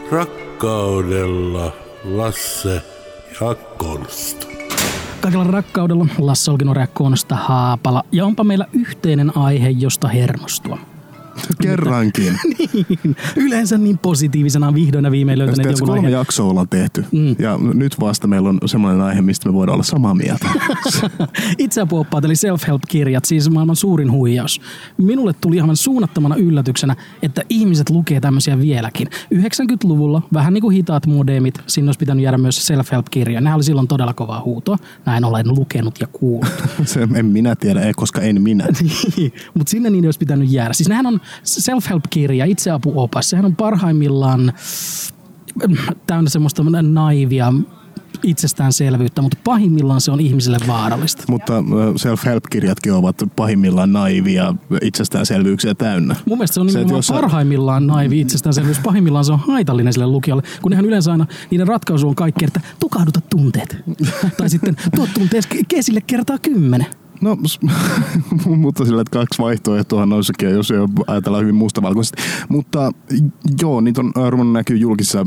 Rakkaudella Lasse ja Konsta. Kaikella rakkaudella Lasse Olkinuori ja Konsta Haapala. Ja onpa meillä yhteinen aihe, josta hermostua. Kerrankin. Niin, yleensä niin positiivisena vihdoin ja viimein löytäneet jonkun 3 jaksoa ollaan tehty. Ja nyt vasta meillä on semmoinen aihe, mistä me voidaan olla samaa mieltä. Itseapuoppaat eli self-help-kirjat, siis maailman suurin huijaus. Minulle tuli ihan suunnattomana yllätyksenä, että ihmiset lukee tämmöisiä vieläkin. 90-luvulla, vähän niin kuin hitaat modemit, sinne olisi pitänyt jäädä myös self-help-kirja. Nehän oli silloin todella kovaa huutoa. Näin olen lukenut ja kuullut. Se en minä tiedä, koska en minä. Mutta sinne niiden olisi pitänyt jäädä. Siis nehän on self-help-kirja, itseapuopas. Sehän on parhaimmillaan täynnä semmoista naivia itsestäänselvyyttä, mutta pahimmillaan se on ihmisille vaarallista. Mutta self-help-kirjatkin ovat pahimmillaan naivia itsestäänselvyyksiä täynnä. Mun mielestä se on nimenomaan parhaimmillaan naivi itsestäänselvyys, pahimmillaan se on haitallinen sille lukijalle, kun nehän yleensä aina, niiden ratkaisu on kaikki, että tukahduta tunteet. Tai sitten tuo tuntees kesille kertaa 10. No, mutta sillä, että 2 vaihtoehtoa noissakin, jos ei ajatellaan hyvin mustavalkoisesti. Mutta joo, niitä on ruvennut näkyy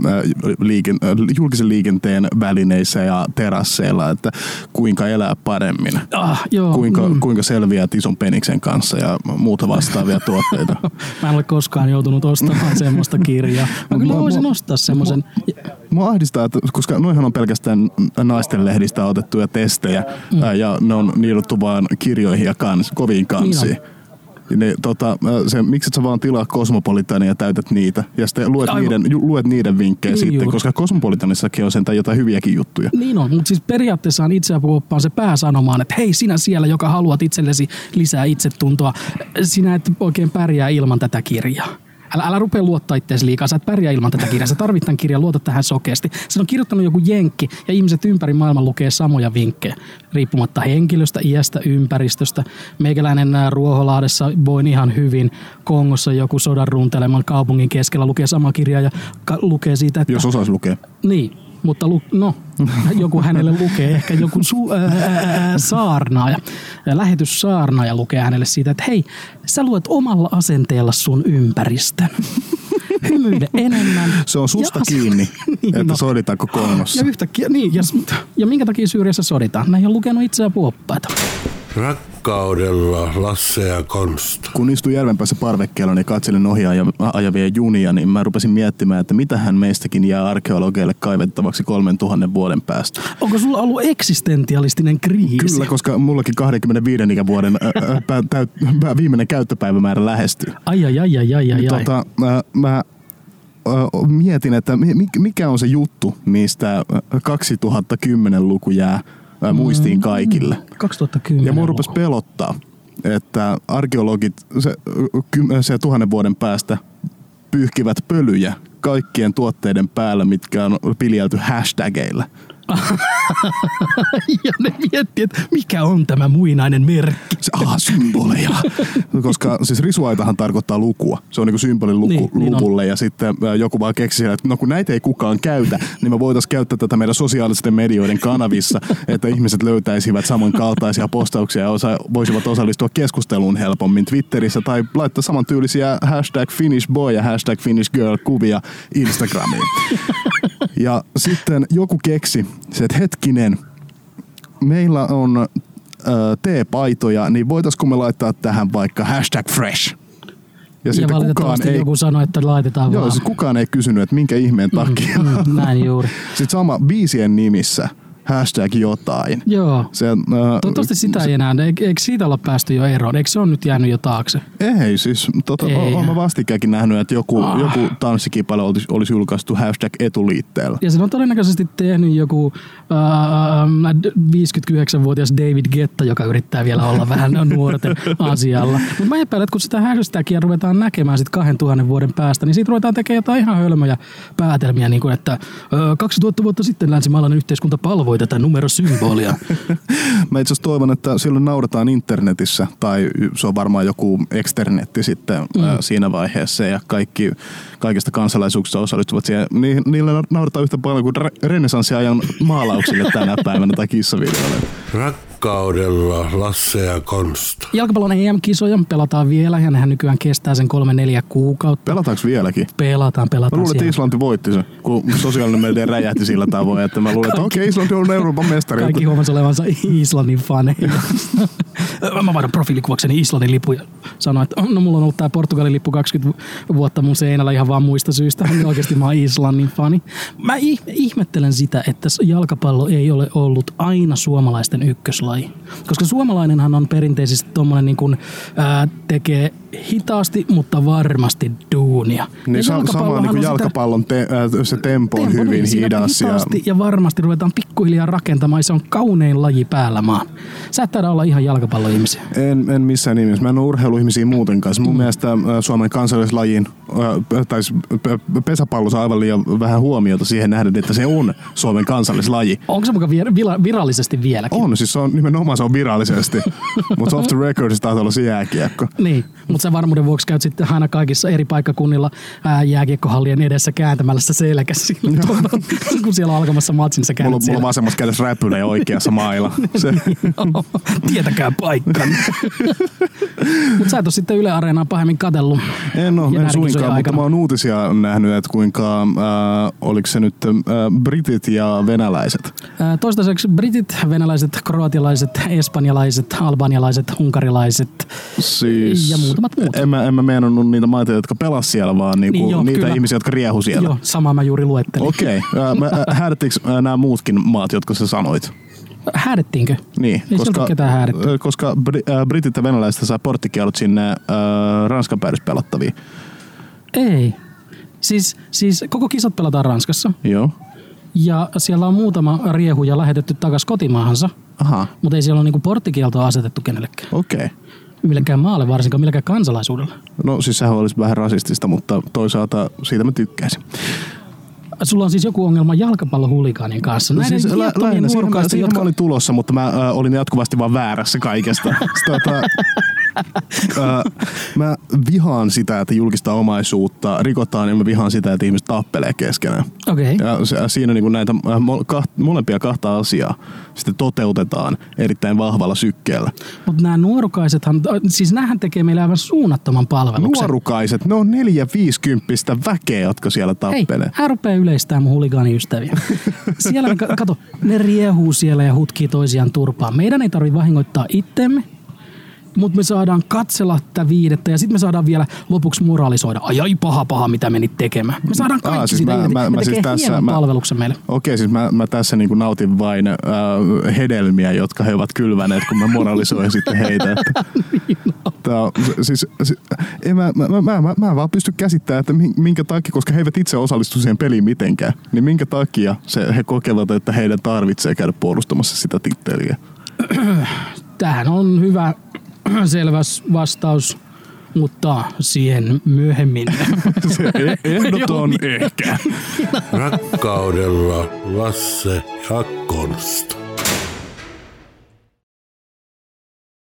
julkisen liikenteen välineissä ja terasseilla, että kuinka elää paremmin. Kuinka selviät ison peniksen kanssa ja muuta vastaavia tuotteita. Mä en ole koskaan joutunut ostamaan semmoista kirjaa. Mä kyllä voisin ostaa semmoisen. Mua ahdistaa, että koska noihan on pelkästään naisten lehdistä otettuja testejä ja ne on niilottu vaan kirjoihin ja koviin kansiin. Niin, miksi et sä vaan tilaa Cosmopolitania ja täytät niitä ja sitten luet niiden vinkkejä niin sitten, koska Cosmopolitanissakin on sentään jotain hyviäkin juttuja. Niin on, mutta siis periaatteessa on itseapuoppaan se pääsanomaan, että hei sinä siellä, joka haluat itsellesi lisää itsetuntoa, sinä et oikein pärjää ilman tätä kirjaa. Älä rupea luottaa itseäsi liikaa, sä et pärjää ilman tätä kirjaa. Sä tarvit tämän kirjan, luota tähän sokeasti. Se on kirjoittanut joku jenkki ja ihmiset ympäri maailman lukee samoja vinkkejä. Riippumatta henkilöstä, iästä, ympäristöstä. Meikäläinen Ruoholahdessa voin ihan hyvin. Kongossa joku sodan runteleman kaupungin keskellä lukee sama kirjaa ja lukee siitä, että... Jos osaisi lukea. Niin. Mutta joku hänelle lukee, ehkä joku saarnaaja, lähetyssaarnaaja lukee hänelle siitä, että hei, sä luet omalla asenteella sun ympäristön. Hymyile enemmän. Se on susta kiinni, että soditaanko Kongossa. Ja yhtäkkiä, niin, ja minkä takia Syyriassa soditaan? Näin on lukenut itseapuoppaita. Rakkaudella Lasse ja Konsta. Kun istuin Järvenpäässä parvekkeella, niin katselin ohi ajavia junia, niin mä rupesin miettimään, että mitähän meistäkin jää arkeologeille kaivettavaksi 3000 vuoden päästä. Onko sulla ollut eksistentialistinen kriisi? Kyllä, koska mullakin 25 ikävuoden viimeinen käyttöpäivämäärä lähestyy. Ai. Mä mietin, että mikä on se juttu, mistä 2010-luku jää muistiin kaikille. 2010. Ja mua rupesi pelottaa, että arkeologit se 1000 vuoden päästä pyyhkivät pölyjä kaikkien tuotteiden päällä, mitkä on piljelty hashtageilla. Ja ne miettii, että mikä on tämä muinainen merkki. Symboleja. Koska siis risuaitahan tarkoittaa lukua. Se on niinku symboli luvulle ja sitten joku vaan keksi, että no kun näitä ei kukaan käytä, niin me voitaisiin käyttää tätä meidän sosiaalisten medioiden kanavissa, että ihmiset löytäisivät samankaltaisia postauksia ja voisivat osallistua keskusteluun helpommin Twitterissä tai laittaa samantyylisiä #FinishBoy ja #FinishGirl kuvia Instagramiin. Ja sitten joku keksi se, että hetkinen, meillä on teepaitoja, niin voitaisiko me laittaa tähän vaikka #fresh? Ja valitettavasti joku sanoi, että laitetaan vaan. Joo, siis kukaan ei kysynyt, että minkä ihmeen takia. Näin juuri. Sitten sama biisien nimissä. #jotain. Joo. Toivottavasti sitä ei enää. Eikö siitä olla päästy jo eroon? Eikö se ole nyt jäänyt jo taakse? Ei, siis olen mä vastikäänkin nähnyt, että joku tanssikipale olisi julkaistu #etuliitteellä. Ja sen on todennäköisesti tehnyt joku 59-vuotias David Guetta, joka yrittää vielä olla vähän nuorten asialla. Mutta mä epäilen, että kun sitä hashtagia ruvetaan näkemään sitten 2000 vuoden päästä, niin siitä ruvetaan tekemään jotain ihan hölmöjä päätelmiä, niin kuin että 2000 vuotta sitten länsimaalainen yhteiskunta palvoi tätä numerosymbolia. Mä itse asiassa toivon, että silloin nauretaan internetissä, tai se on varmaan joku eksternetti sitten siinä vaiheessa, ja kaikista kansalaisuuksista osallistuvat siihen. Niille nauretaan yhtä paljon kuin renessanssiajan maalauksille tänä päivänä tai kissavideoille. Rakkaudella Lasse ja Konsta. Jalkapallon EM-kisoja pelataan vielä, ja nehän nykyään kestää sen 3-4 kuukautta. Pelataanko vieläkin? Pelataan Mä luulen, että siellä. Islanti voitti sen, kun sosiaalinen media räjähti sillä tavoin, että mä luulen, että okei, Islanti on Euroopan mestari. Kaikki huomasi olevansa Islannin faneja. Mä vaihdan profiilikuvakseni Islannin lipun ja sanoin, että no mulla on ollut tää Portugalin lippu 20 vuotta mun seinällä ihan vaan muista syistä. Oikeasti mä oon Islannin fani. Mä ihmettelen sitä, että jalkapallo ei ole ollut aina suomalaisten ykköslaji. Koska suomalainenhan on perinteisesti tommonen niin kuin, tekee hitaasti, mutta varmasti duunia. Niin sama niin kuin jalkapallon se tempo on hyvin hidas. Ja varmasti ruvetaan pikkuhiljaa rakentamaan. Se on kaunein laji päällä maan. Sä et taida olla ihan jalkapalloihmisiä. En missään nimessä. Mä en ole urheiluihmisiä muutenkaan. Mun mielestä Suomen kansallislajin tai pesäpallo saa aivan liian vähän huomiota siihen nähden, että se on Suomen kansallislaji. Onko se mukaan virallisesti vieläkin? On, siis se on nimenomaan se on virallisesti. Mutta off the record se taitaa olla se jääkiekko. Niin, mutta sä varmuuden vuoksi käyt sitten aina kaikissa eri paikkakunnilla jääkiekkohallien edessä kääntämällä sitä selkässä. Kun siellä on alkamassa matsin, sä käännät mulla on vasemmassa kädessä räpylä ja oikeassa mailla. Tietäkää paikkaan. Mutta sä et ole sitten Yle Areenaa pahemmin katsellut. En suinkaan, mutta mä oon uutisia nähnyt, että kuinka, oliko se nyt britit ja venäläiset? Toistaiseksi britit, venäläiset, kroatialaiset, espanjalaiset, albanialaiset, unkarilaiset ja muutamat muut. En mä meinannut niitä maita, jotka pelas siellä, vaan niitä kyllä. Ihmisiä, jotka riehu siellä. Joo, samaa mä juuri luettelin. Okei. Häädettiinkö nämä muutkin maat, jotka sä sanoit? Häädettiinkö? Niin, ei sieltä ketään häädetty. Koska britit ja venäläiset saa porttikielot sinne Ranskan päädyssä pelattaviin. Ei. Siis koko kisat pelataan Ranskassa. Joo. Ja siellä on muutama riehuja lähetetty takaisin kotimaahansa. Aha. Mutta ei siellä ole niinku porttikieltoa asetettu kenellekään. Okei. Millekään maalle, varsinkaan millekään kansalaisuudella. No siis sehän olisi vähän rasistista, mutta toisaalta siitä mä tykkäisin. Sulla on siis joku ongelma jalkapallohuligaanin kanssa. Näiden siis viattomien nuorukaisten, jotka... Mä olin tulossa, mutta mä olin jatkuvasti vaan väärässä kaikesta. Mä vihaan sitä, että julkista omaisuutta rikotaan, ja mä vihaan sitä, että ihmiset tappelee keskenään. Okei. Ja siinä niin kuin näitä molempia kahta asiaa sitten toteutetaan erittäin vahvalla sykkeellä. Mutta nämä nuorukaisethan, siis näähän tekee meille aivan suunnattoman palveluksen. Nuorukaiset, ne on 4-50 väkeä, jotka siellä tappelee. Hei, hän rupeaa yleistää mun huligaaniystäviä. Siellä, kato, ne riehuu siellä ja hutkii toisiaan turpaan. Meidän ei tarvitse vahingoittaa itteemme. Mutta me saadaan katsella tätä viidettä ja sitten me saadaan vielä lopuksi moralisoida. Ai paha, mitä menit tekemään. Me saadaan kaikki siis sitä irti. Me siis tekee hienon palveluksen meille. Okei, siis mä tässä niinku nautin vain hedelmiä, jotka he ovat kylväneet, kun mä moralisoin sitten heitä. Mä en vaan pysty käsittämään, että minkä takia, koska he eivät itse osallistu siihen peliin mitenkään, niin minkä takia he kokevat, että heidän tarvitsee käydä puolustamassa sitä titteliä. Tähän on hyvä selvä vastaus, mutta siihen myöhemmin. Se ehdoton ehkä. Rakkaudella Lasse ja Konsta.